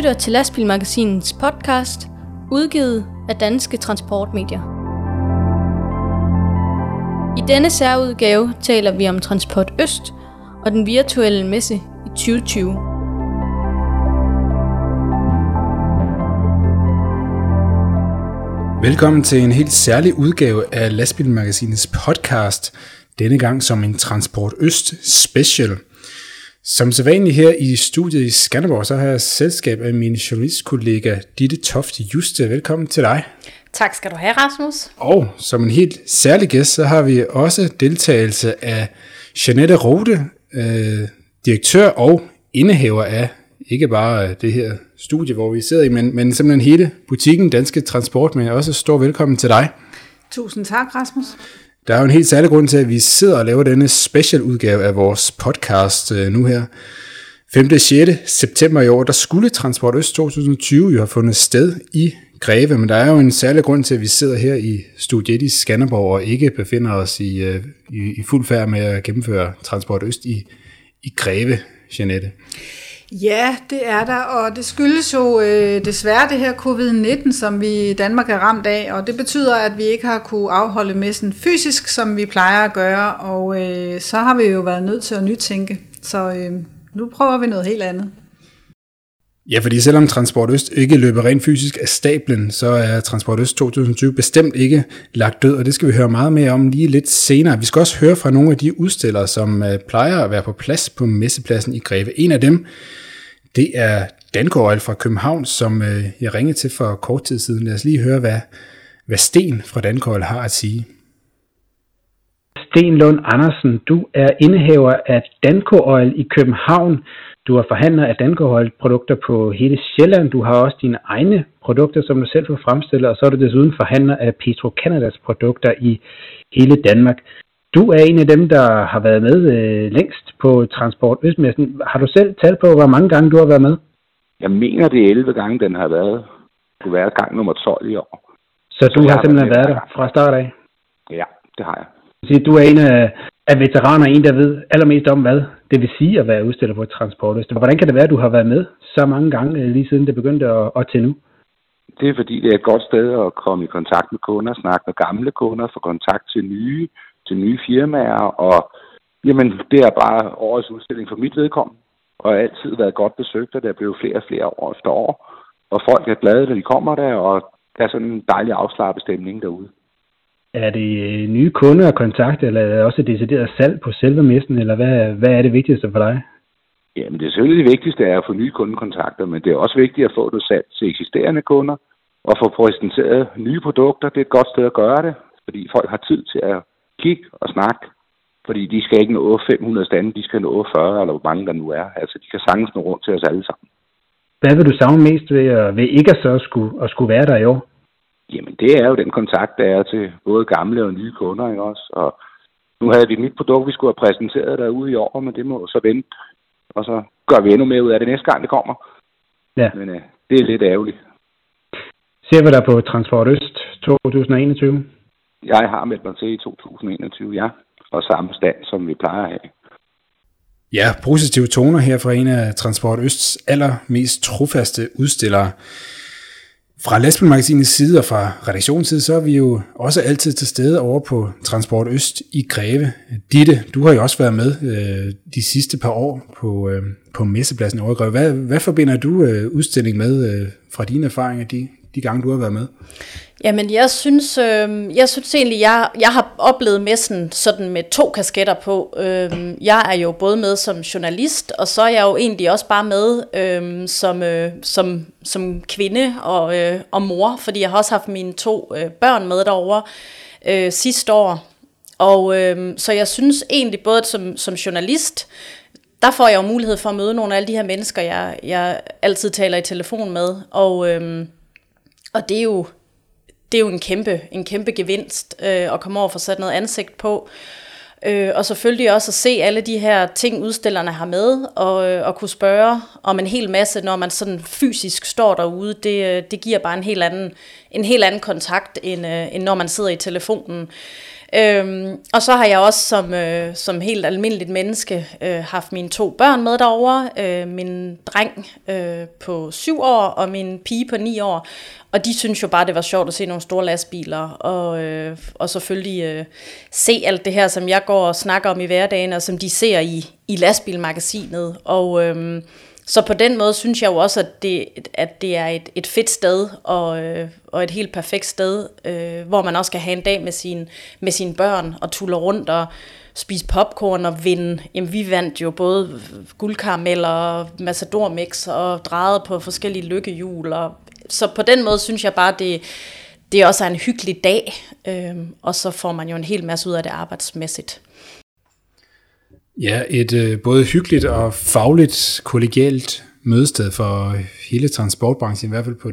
lytter til Lastbilmagasinets podcast, udgivet af Danske Transportmedier. I denne særudgave taler vi om Transport Øst og den virtuelle messe i 2020. Velkommen til en helt særlig udgave af Lastbilmagasinets podcast, denne gang som en Transport Øst special. Som sædvanligt her i studiet i Skanderborg, så har jeg selskab af min journalistkollega Ditte Tofte Juste. Velkommen til dig. Tak skal du have, Rasmus. Og som en helt særlig gæst, så har vi også deltagelse af Jeanette Rode, direktør og indehaver af ikke bare det her studie, hvor vi sidder i, men simpelthen hele butikken Danske Transport, men også stor velkommen til dig. Tusind tak, Rasmus. Der er jo en helt særlig grund til, at vi sidder og laver denne special udgave af vores podcast nu her. 5. og 6. september i år, der skulle Transport Øst 2020 jo have fundet sted i Greve, men der er jo en særlig grund til, at vi sidder her i studiet i Skanderborg og ikke befinder os i fuld færd med at gennemføre Transport Øst i Greve, Jeanette. Ja, det er der, og det skyldes jo desværre det her covid-19, som vi i Danmark er ramt af, og det betyder, at vi ikke har kunne afholde messen fysisk, som vi plejer at gøre, og så har vi jo været nødt til at nytænke, så nu prøver vi noget helt andet. Ja, fordi selvom Transport Øst ikke løber rent fysisk af stablen, så er Transport Øst 2020 bestemt ikke lagt død, og det skal vi høre meget mere om lige lidt senere. Vi skal også høre fra nogle af de udstillere, som plejer at være på plads på messepladsen i Greve. En af dem, det er Danco Oil fra København, som jeg ringede til for kort tid siden. Lad os lige høre, hvad Sten fra Danco Oil har at sige. Sten Lund Andersen, du er indehaver af Danco Oil i København. Du er forhandler af Danco Oil produkter på hele Sjælland. Du har også dine egne produkter, som du selv får fremstillet, og så er du desuden forhandler af Petro-Canadas produkter i hele Danmark. Du er en af dem, der har været med længst på Transport Østmessen. Har du selv talt på, hvor mange gange du har været med? Jeg mener, det er 11 gange, den har været. Det kunne være gang nummer 12 i år. Så du har simpelthen været der fra start af? Ja, det har jeg. Så du er en af veteraner, en der ved allermest om, hvad det vil sige at være udstiller på Transport Øst. Hvordan kan det være, at du har været med så mange gange, lige siden det begyndte og til nu? Det er fordi, det er et godt sted at komme i kontakt med kunder, snakke med gamle kunder, få kontakt til nye firmaer, og jamen, det er bare årets udstilling for mit vedkommende, og har altid været godt besøgt, og der er blevet flere og flere år efter år, og folk er glade, når de kommer der, og der er sådan en dejlig afslappet stemning derude. Er det nye kunder og kontakt, eller er det også decideret salg på selve messen, eller hvad er det vigtigste for dig? Jamen, det er selvfølgelig det vigtigste er at få nye kundekontakter, men det er også vigtigt at få det salg til eksisterende kunder, og få præsenteret nye produkter. Det er et godt sted at gøre det, fordi folk har tid til at kigge og snakke, fordi de skal ikke nå 500 stande, de skal nå 40, eller hvor mange der nu er. Altså, de kan sagtens nå rundt til os alle sammen. Hvad vil du savne mest ved ikke at skulle være der i år? Jamen, det er jo den kontakt, der er til både gamle og nye kunder, ikke også? Og nu havde vi et nyt produkt, vi skulle have præsenteret derude i år, men det må så vente. Og så gør vi endnu mere ud af det næste gang, det kommer. Ja. Men det er lidt ærgerligt. Ser vi der på Transport Øst 2021? Jeg har meldt mig til i 2021, ja. Og samme stand, som vi plejer at have. Ja, positive toner her fra en af Transport Østs allermest trofaste udstillere. Fra Lastbilmagasinets side og fra redaktionens side, så er vi jo også altid til stede over på Transport Øst i Greve. Ditte, du har jo også været med de sidste par år på messepladsen i Greve. Hvad forbinder du udstilling med fra dine erfaringer de gange, du har været med? Jamen, jeg synes egentlig, jeg har oplevet messen sådan med 2 kasketter på. Jeg er jo både med som journalist, og så er jeg jo egentlig også bare med som kvinde og mor, fordi jeg har også haft mine 2 børn med derovre sidste år. Og så jeg synes egentlig, både som journalist, der får jeg jo mulighed for at møde nogle af alle de her mennesker, jeg altid taler i telefon med, og det er jo en kæmpe gevinst at komme over for sat noget ansigt på. Og selvfølgelig også at se alle de her ting, udstillerne har med, og kunne spørge om en hel masse, når man sådan fysisk står derude. Det giver bare en helt anden kontakt, end når man sidder i telefonen. Og så har jeg også som helt almindeligt menneske haft mine 2 børn med derovre. Min dreng på 7 år og min pige på 9 år. Og de synes jo bare, det var sjovt at se nogle store lastbiler, og selvfølgelig se alt det her, som jeg går og snakker om i hverdagen, og som de ser i lastbilmagasinet. Og så på den måde synes jeg jo også, at det er et fedt sted, og et helt perfekt sted, hvor man også kan have en dag med sine børn, og tulle rundt og spise popcorn og vinde. Jamen, vi vandt jo både guldkarameller og Matador Mix, og drejede på forskellige lykkehjul, så på den måde synes jeg bare, det også er en hyggelig dag, og så får man jo en hel masse ud af det arbejdsmæssigt. Ja, et både hyggeligt og fagligt kollegialt mødested for hele transportbranchen, i hvert fald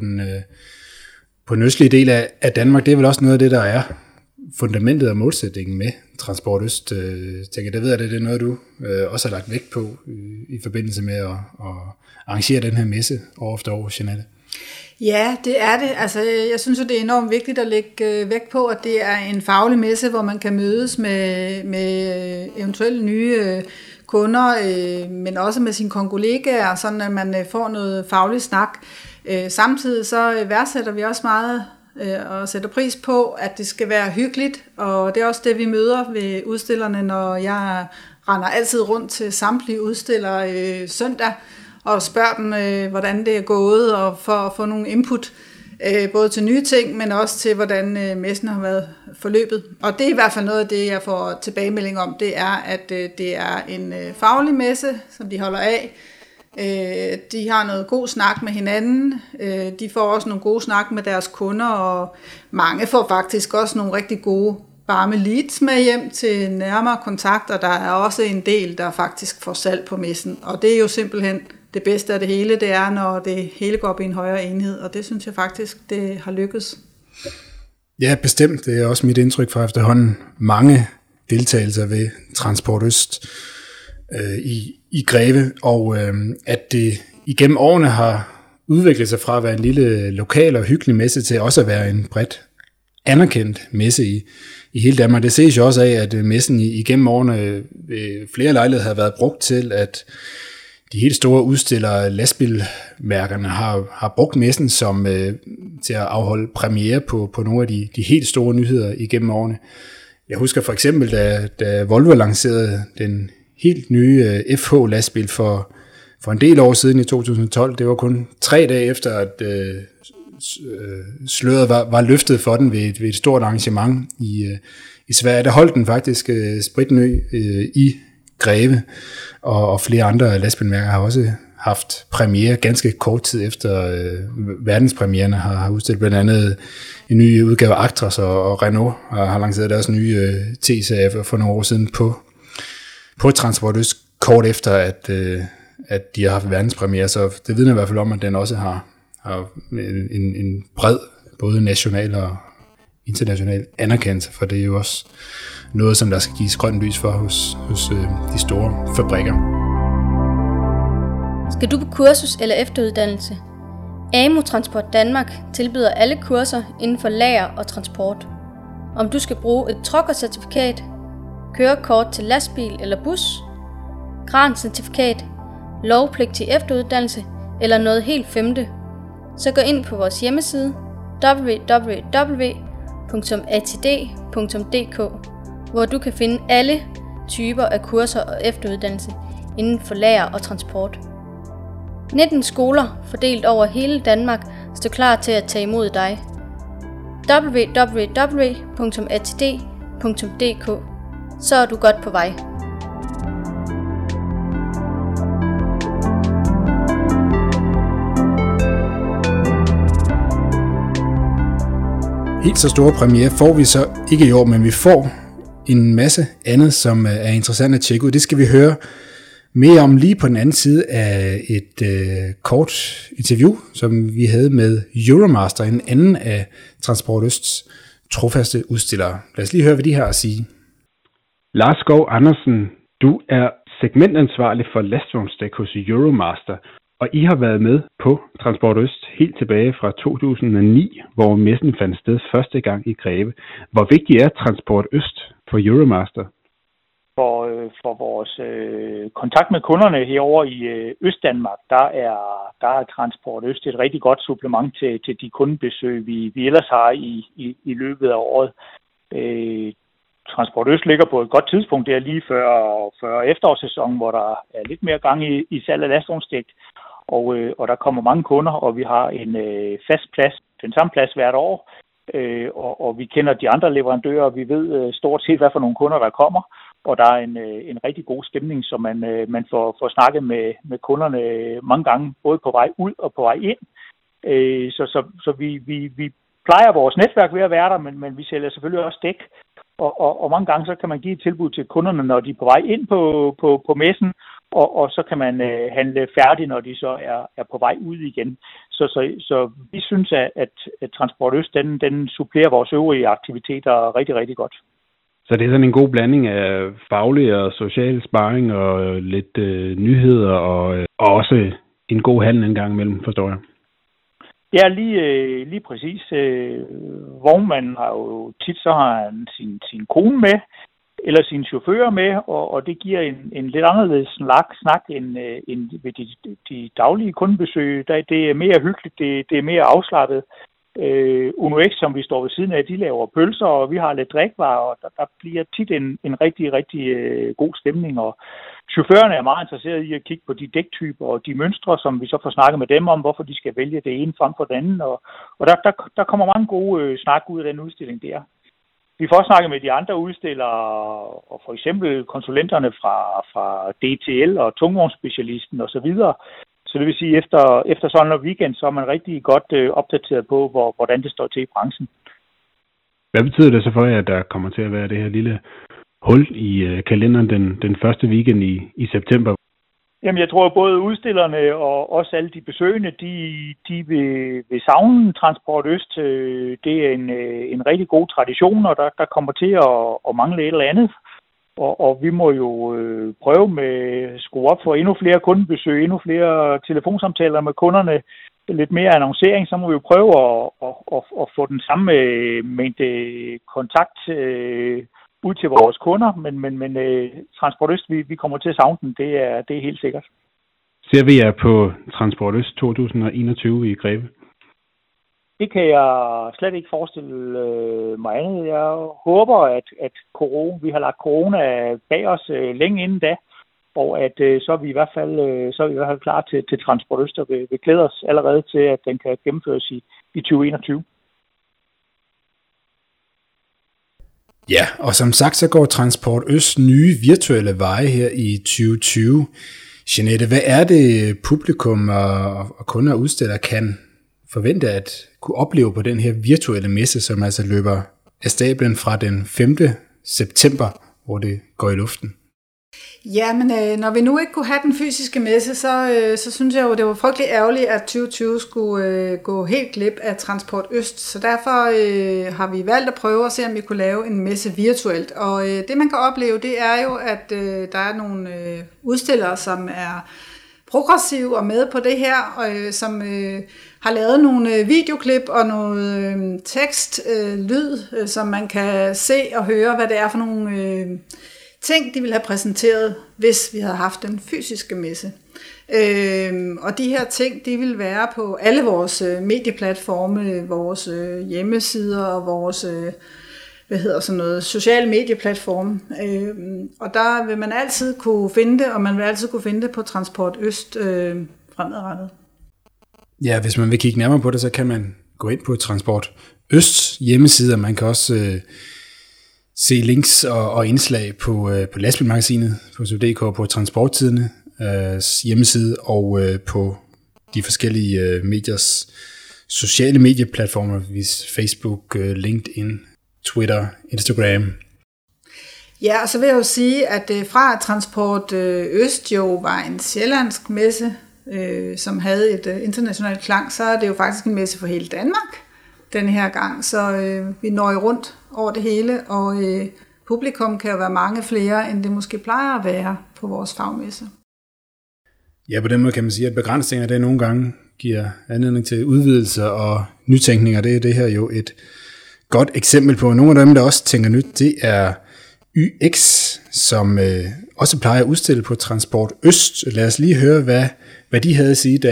på den østlige del af Danmark. Det er vel også noget af det, der er fundamentet og målsætningen med Transport Øst. Tænker, det ved jeg, det er noget, du også har lagt vægt på i forbindelse med at arrangere den her messe år efter år, Jeanette. Ja, det er det. Altså, jeg synes jo, det er enormt vigtigt at lægge vægt på, at det er en faglig messe, hvor man kan mødes med eventuelle nye kunder, men også med sine kollegaer, sådan at man får noget faglig snak. Samtidig så værdsætter vi også meget og sætter pris på, at det skal være hyggeligt, og det er også det, vi møder ved udstillerne, når jeg render altid rundt til samtlige udstillere søndag, og spørger dem, hvordan det er gået, og for at få nogle input, både til nye ting, men også til, hvordan messen har været forløbet. Og det er i hvert fald noget af det, jeg får tilbagemelding om, det er, at det er en faglig messe, som de holder af. De har noget god snak med hinanden, de får også nogle gode snak med deres kunder, og mange får faktisk også nogle rigtig gode varme leads med hjem til nærmere kontakt, og der er også en del, der faktisk får salg på messen. Og det er jo simpelthen det bedste af det hele, det er, når det hele går op i en højere enhed, og det synes jeg faktisk, det har lykkes. Ja, bestemt. Det er også mit indtryk fra efterhånden mange deltagelser ved Transport Øst i Greve, og at det igennem årene har udviklet sig fra at være en lille lokal og hyggelig messe til også at være en bredt anerkendt messe i hele Danmark. Det ses jo også af, at messen igennem årene ved flere lejligheder har været brugt til, at de helt store udstillere, lastbilmærkerne, har brugt messen som til at afholde premiere på nogle af de helt store nyheder igennem årene. Jeg husker for eksempel, da Volvo lancerede den helt nye FH-lastbil for en del år siden i 2012. Det var kun 3 dage efter, at sløret var løftet for den ved et stort arrangement i Sverige. Der holdt den faktisk spritny i Greve, og flere andre lastbilmærker har også haft premiere ganske kort tid efter verdenspremierne har udstillet. Blandt andet en ny udgave af Actros, og Renault har lanceret deres nye T-serie for nogle år siden på Transport Øst, kort efter at de har haft verdenspremiere. Så det vidner i hvert fald om, at den også har en bred, både national og international anerkendelse, for det er jo også noget, som der skal gives grønt lys for hos de store fabrikker. Skal du på kursus eller efteruddannelse? AMO Transport Danmark tilbyder alle kurser inden for lager og transport. Om du skal bruge et truckercertifikat, kørekort til lastbil eller bus, krancertifikat, lovpligtig efteruddannelse eller noget helt femte, så gå ind på vores hjemmeside www.atd.dk, hvor du kan finde alle typer af kurser og efteruddannelse inden for lager og transport. 19 skoler fordelt over hele Danmark står klar til at tage imod dig. www.atd.dk, så er du godt på vej. Helt så store premiere får vi så ikke i år, men vi får en masse andet, som er interessant at tjekke ud. Det skal vi høre mere om lige på den anden side af et kort interview, som vi havde med Euromaster, en anden af Transport Østs trofaste udstillere. Lad os lige høre, hvad de har at sige. Lars Skov Andersen, du er segmentansvarlig for lastvognsdæk hos Euromaster. Og I har været med på Transport Øst helt tilbage fra 2009, hvor messen fandt sted første gang i Greve. Hvor vigtig er Transport Øst for Euromaster? For vores kontakt med kunderne herovre i Østdanmark, der er Transport Øst et rigtig godt supplement til de kundebesøg, vi ellers har i løbet af året. Transport Øst ligger på et godt tidspunkt, det er lige før efterårssæsonen, hvor der er lidt mere gang i salg af lastvognsdæk, og der kommer mange kunder, og vi har en fast plads, den samme plads hvert år, og vi kender de andre leverandører, og vi ved stort set, hvad for nogle kunder der kommer, og der er en rigtig god stemning, så man får snakket med kunderne mange gange, både på vej ud og på vej ind. Så vi plejer vores netværk ved at være der, men vi sælger selvfølgelig også dæk, og mange gange så kan man give et tilbud til kunderne, når de er på vej ind på messen, og så kan man handle færdigt, når de så er på vej ud igen. Så vi synes, at Transport Øst, den supplerer vores øvrige aktiviteter rigtig, rigtig godt. Så det er sådan en god blanding af faglig og social sparring og lidt nyheder og også en god handel en gang imellem, forstår jeg. Ja, lige præcis. Vognmanden har jo tit, så har han sin kone med, eller sine chauffører med, og det giver en lidt anderledes snak end ved de daglige kundebesøg. Det er mere hyggeligt, det er mere afslappet. Uno X, som vi står ved siden af, de laver pølser, og vi har lidt drikvarer, og der bliver tit en rigtig, rigtig god stemning, og chaufførerne er meget interesserede i at kigge på de dæktyper og de mønstre, som vi så får snakket med dem om, hvorfor de skal vælge det ene frem for det andet, og der kommer mange gode snak ud af den udstilling der. Vi får også snakket med de andre udstillere, og for eksempel konsulenterne fra DTL og tungvognsspecialisten osv., så det vil sige, efter sådan en weekend, så er man rigtig godt opdateret på, hvordan det står til i branchen. Hvad betyder det så for jer, at der kommer til at være det her lille hul i kalenderen den første weekend i september? Jamen, jeg tror, at både udstillerne og også alle de besøgende, de vil savne Transport Øst. Det er en rigtig god tradition, og der kommer til at mangle et eller andet. Og vi må jo prøve med at skrue op for endnu flere kundebesøg, endnu flere telefonsamtaler med kunderne, lidt mere annoncering, så må vi jo prøve at få den samme mængde kontakt ud til vores kunder, men Transport Øst, vi kommer til at savne den, det er helt sikkert. Ser vi jer på Transport Øst 2021 i Greve? Det kan jeg slet ikke forestille mig andet. Jeg håber, at vi har lagt corona bag os længe inden da, og at så er vi i hvert fald klar til Transport Øst, og vi glæder os allerede til, at den kan gennemføres i 2021. Ja, og som sagt, så går Transport Øst nye virtuelle veje her i 2020. Jeanette, hvad er det publikum og kunder og udstillere kan forvente at kunne opleve på den her virtuelle messe, som altså løber af stablen fra den 5. september, hvor det går i luften? Ja, men når vi nu ikke kunne have den fysiske messe, så synes jeg jo, det var frygtelig ærgerligt, at 2020 skulle gå helt glip af Transport Øst. Så derfor har vi valgt at prøve at se, om vi kunne lave en messe virtuelt. Og det man kan opleve, det er jo, at der er nogle udstillere, som er progressive og med på det her, som har lavet nogle videoklip og noget tekst, lyd, som man kan se og høre, hvad det er for nogle ting, de ville have præsenteret, hvis vi havde haft den fysiske messe. Og de her ting, de vil være på alle vores medieplatforme, vores hjemmesider og vores sociale medieplatforme. Og der vil man altid kunne finde det, og man vil altid kunne finde det på Transport Øst fremadrettet. Ja, hvis man vil kigge nærmere på det, så kan man gå ind på Transport Østs hjemmeside, og man kan også se links og indslag på Lastbilmagasinet, på SUD.dk, på Transporttidene hjemmeside og på de forskellige mediers sociale medieplatformer, hvis Facebook, LinkedIn, Twitter, Instagram. Ja, og så vil jeg jo sige, at fra Transport Øst jo var en sjællandsk messe, som havde et internationalt klang, så er det jo faktisk en messe for hele Danmark denne her gang, så vi når jo rundt over det hele, og publikum kan jo være mange flere, end det måske plejer at være på vores fagmesse. Ja, på den måde kan man sige, at begrænsninger det nogle gange giver anledning til udvidelser og nytænkninger. Det er det her jo et godt eksempel på. Nogle af dem, der også tænker nyt, det er YX, som også plejer at udstille på Transport Øst. Lad os lige høre, hvad de havde at sige,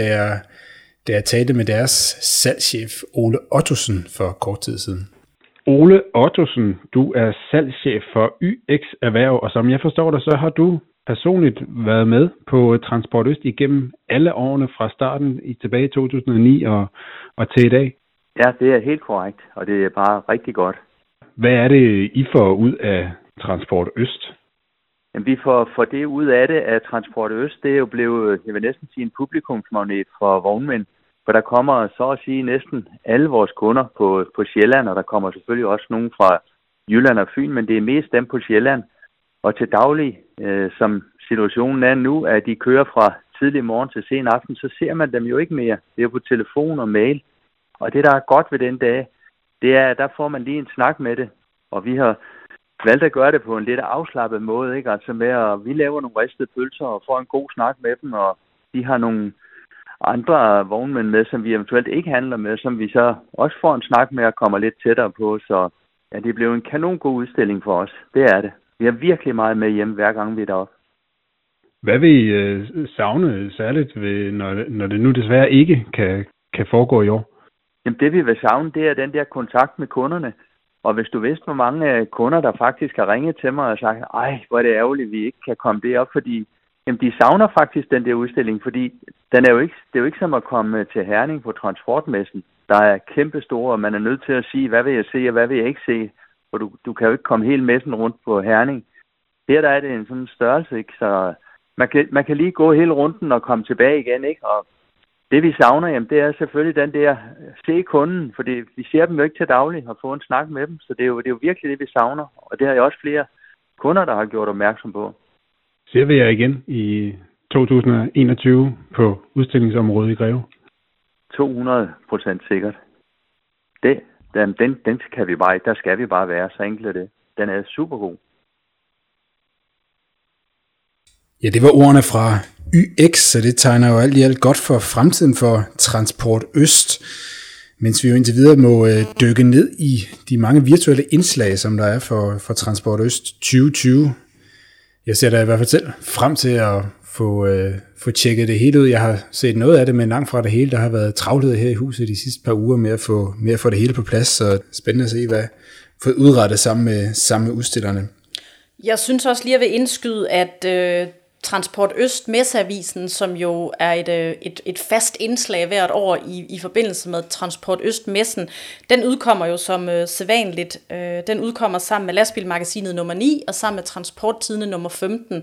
da jeg talte med deres salgschef Ole Ottosen for kort tid siden. Ole Ottosen, du er salgschef for YX Erhverv, og som jeg forstår dig, så har du personligt været med på Transport Øst igennem alle årene fra starten tilbage i 2009 og til i dag. Ja, det er helt korrekt, og det er bare rigtig godt. Hvad er det, I får ud af Transport Øst? Jamen, vi får det ud af det, at Transport Øst, det er jo blevet, jeg vil næsten sige, en publikumsmagnet for vognmænd. For der kommer så at sige næsten alle vores kunder på Sjælland, og der kommer selvfølgelig også nogen fra Jylland og Fyn, men det er mest dem på Sjælland. Og til daglig, som situationen er nu, at de kører fra tidlig morgen til sen aften, så ser man dem jo ikke mere. Det er jo på telefon og mail. Og det, der er godt ved den dag, det er, at der får man lige en snak med det. Og vi har valgt at gøre det på en lidt afslappet måde, ikke? Altså med, at vi laver nogle ristede pølser og får en god snak med dem, og de har nogle andre vognmænd med, som vi eventuelt ikke handler med, som vi så også får en snak med og kommer lidt tættere på. Så ja, det blev en kanon god udstilling for os. Det er det. Vi har virkelig meget med hjem, hver gang vi er deroppe. Hvad vil I savne særligt, når det nu desværre ikke kan foregå i år? Jamen det vi vil savne, det er den der kontakt med kunderne. Og hvis du vidste, hvor mange kunder, der faktisk har ringet til mig og sagt, ej, hvor er det ærgerligt, at vi ikke kan komme derop, fordi jamen, de savner faktisk den der udstilling, fordi det er jo ikke som at komme til Herning på transportmessen. Der er kæmpe store, og man er nødt til at sige, hvad vil jeg se, og hvad vil jeg ikke se? For du kan jo ikke komme hele messen rundt på Herning. Der er det en sådan størrelse, ikke? Så man kan lige gå hele runden og komme tilbage igen, ikke? Og det vi savner, jamen, det er selvfølgelig den der se kunden, for vi ser dem jo ikke til daglig og få en snak med dem, så det er jo virkelig det, vi savner. Og det har jo også flere kunder, der har gjort opmærksom på. Ser vi jer igen i 2021 på udstillingsområdet i Greve? 200% sikkert. Den kan vi bare, der skal vi bare være, så enkelt er det. Den er super god. Ja, det var ordene fra YX, så det tegner jo alt i alt godt for fremtiden for Transport Øst, mens vi jo indtil videre må dykke ned i de mange virtuelle indslag, som der er for Transport Øst 2020. Jeg ser da i hvert fald selv frem til at få tjekket det hele ud. Jeg har set noget af det, men langt fra det hele. Der har været travlhed her i huset de sidste par uger med at få det hele på plads, så spændende at se, hvad fået udrettet sammen med udstillerne. Jeg synes også lige at vil indskyde, at Transport Øst Messeavisen, som jo er et fast indslag hvert år i forbindelse med Transport Øst Messen, den udkommer jo som sædvanligt. Den udkommer sammen med Lastbilmagasinet nummer 9 og sammen med Transporttidene nummer 15.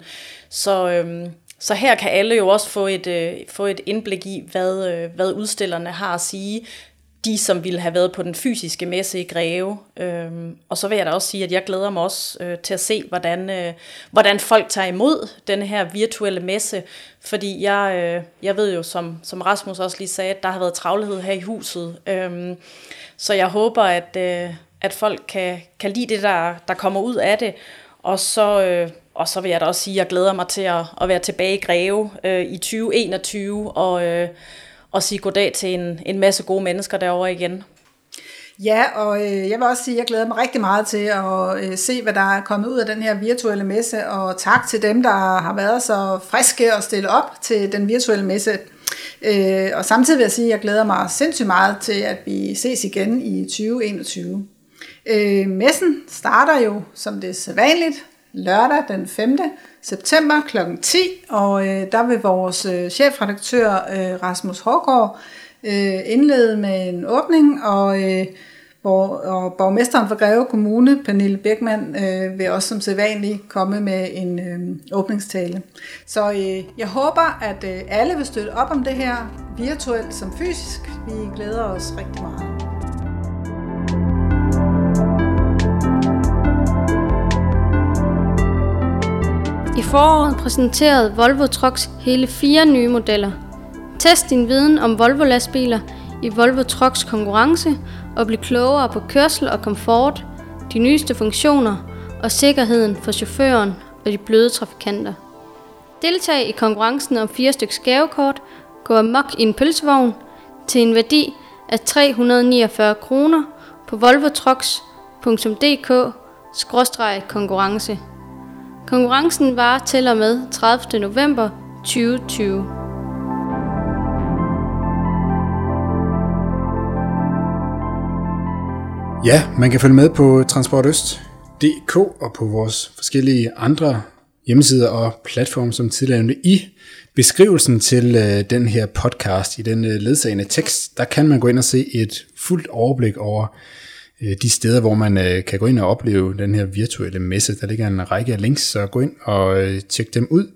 Så her kan alle jo også få et indblik i, hvad udstillerne har at sige. De, som ville have været på den fysiske messe i Greve. Og så vil jeg da også sige, at jeg glæder mig også til at se, hvordan folk tager imod denne her virtuelle messe. Fordi jeg ved jo, som Rasmus også lige sagde, at der har været travlhed her i huset. Så jeg håber, at folk kan lide det, der kommer ud af det. Og så vil jeg da også sige, at jeg glæder mig til at være tilbage i Greve i 2021 og sige goddag til en masse gode mennesker derovre igen. Ja, og jeg vil også sige, at jeg glæder mig rigtig meget til at se, hvad der er kommet ud af den her virtuelle messe, og tak til dem, der har været så friske og stille op til den virtuelle messe. Og samtidig vil jeg sige, at jeg glæder mig sindssygt meget til, at vi ses igen i 2021. Messen starter jo, som det er sædvanligt, lørdag den 5. september kl. 10, og der vil vores chefredaktør Rasmus Hårgaard indlede med en åbning, og borgmesteren for Greve Kommune, Pernille Beckmann, vil også som sædvanligt komme med en åbningstale. Så jeg håber, at alle vil støtte op om det her, virtuelt som fysisk. Vi glæder os rigtig meget. I foråret præsenterede Volvo Trucks hele 4 nye modeller. Test din viden om Volvo-lastbiler i Volvo Trucks konkurrence og bliv klogere på kørsel og komfort, de nyeste funktioner og sikkerheden for chaufføren og de bløde trafikanter. Deltag i konkurrencen om 4 styks gavekort, gå amok i en pølsevogn til en værdi af 349 kroner på volvotrucks.dk/konkurrence. Konkurrencen varer til og med 30. november 2020. Ja, man kan følge med på transportøst.dk og på vores forskellige andre hjemmesider og platforme, som tidligere nævnte. I beskrivelsen til den her podcast, i den ledsagende tekst, der kan man gå ind og se et fuldt overblik over de steder, hvor man kan gå ind og opleve den her virtuelle messe. Der ligger en række af links, så gå ind og tjek dem ud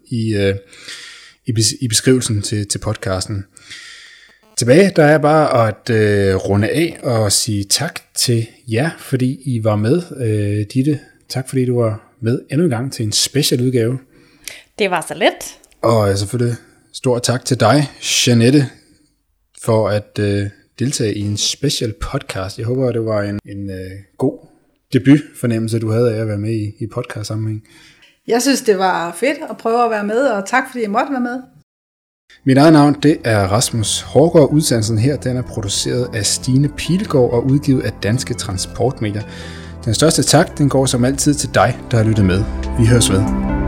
i beskrivelsen til podcasten. Tilbage, der er bare at runde af og sige tak til jer, fordi I var med. Ditte, tak fordi du var med endnu en gang til en special udgave. Det var så let. Og selvfølgelig stor tak til dig, Jeanette, for at deltage i en special podcast. Jeg håber, det var en god debutfornemmelse, du havde af at være med i podcast-sammenhæng. Jeg synes, det var fedt at prøve at være med, og tak fordi jeg måtte være med. Mit eget navn, det er Rasmus Hårgaard. Udsendelsen her, den er produceret af Stine Pilgaard og udgivet af Danske Transportmedier. Den største tak, den går som altid til dig, der har lyttet med. Vi høres ved.